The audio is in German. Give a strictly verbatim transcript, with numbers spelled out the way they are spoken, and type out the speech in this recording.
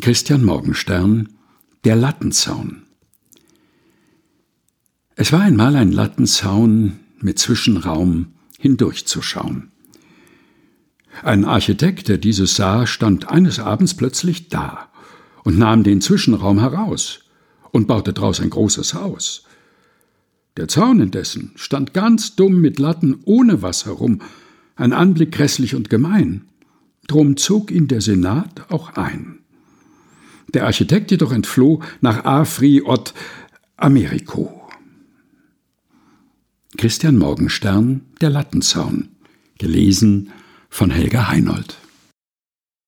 Christian Morgenstern, der Lattenzaun. Es war einmal ein Lattenzaun mit Zwischenraum hindurchzuschauen. Ein Architekt, der dieses sah, stand eines Abends plötzlich da und nahm den Zwischenraum heraus und baute draus ein großes Haus. Der Zaun indessen stand ganz dumm mit Latten ohne was herum, ein Anblick grässlich und gemein. Drum zog ihn der Senat auch ein. Der Architekt jedoch entfloh nach Afri od Americo. Christian Morgenstern, der Lattenzaun. Gelesen von Helga Heinold.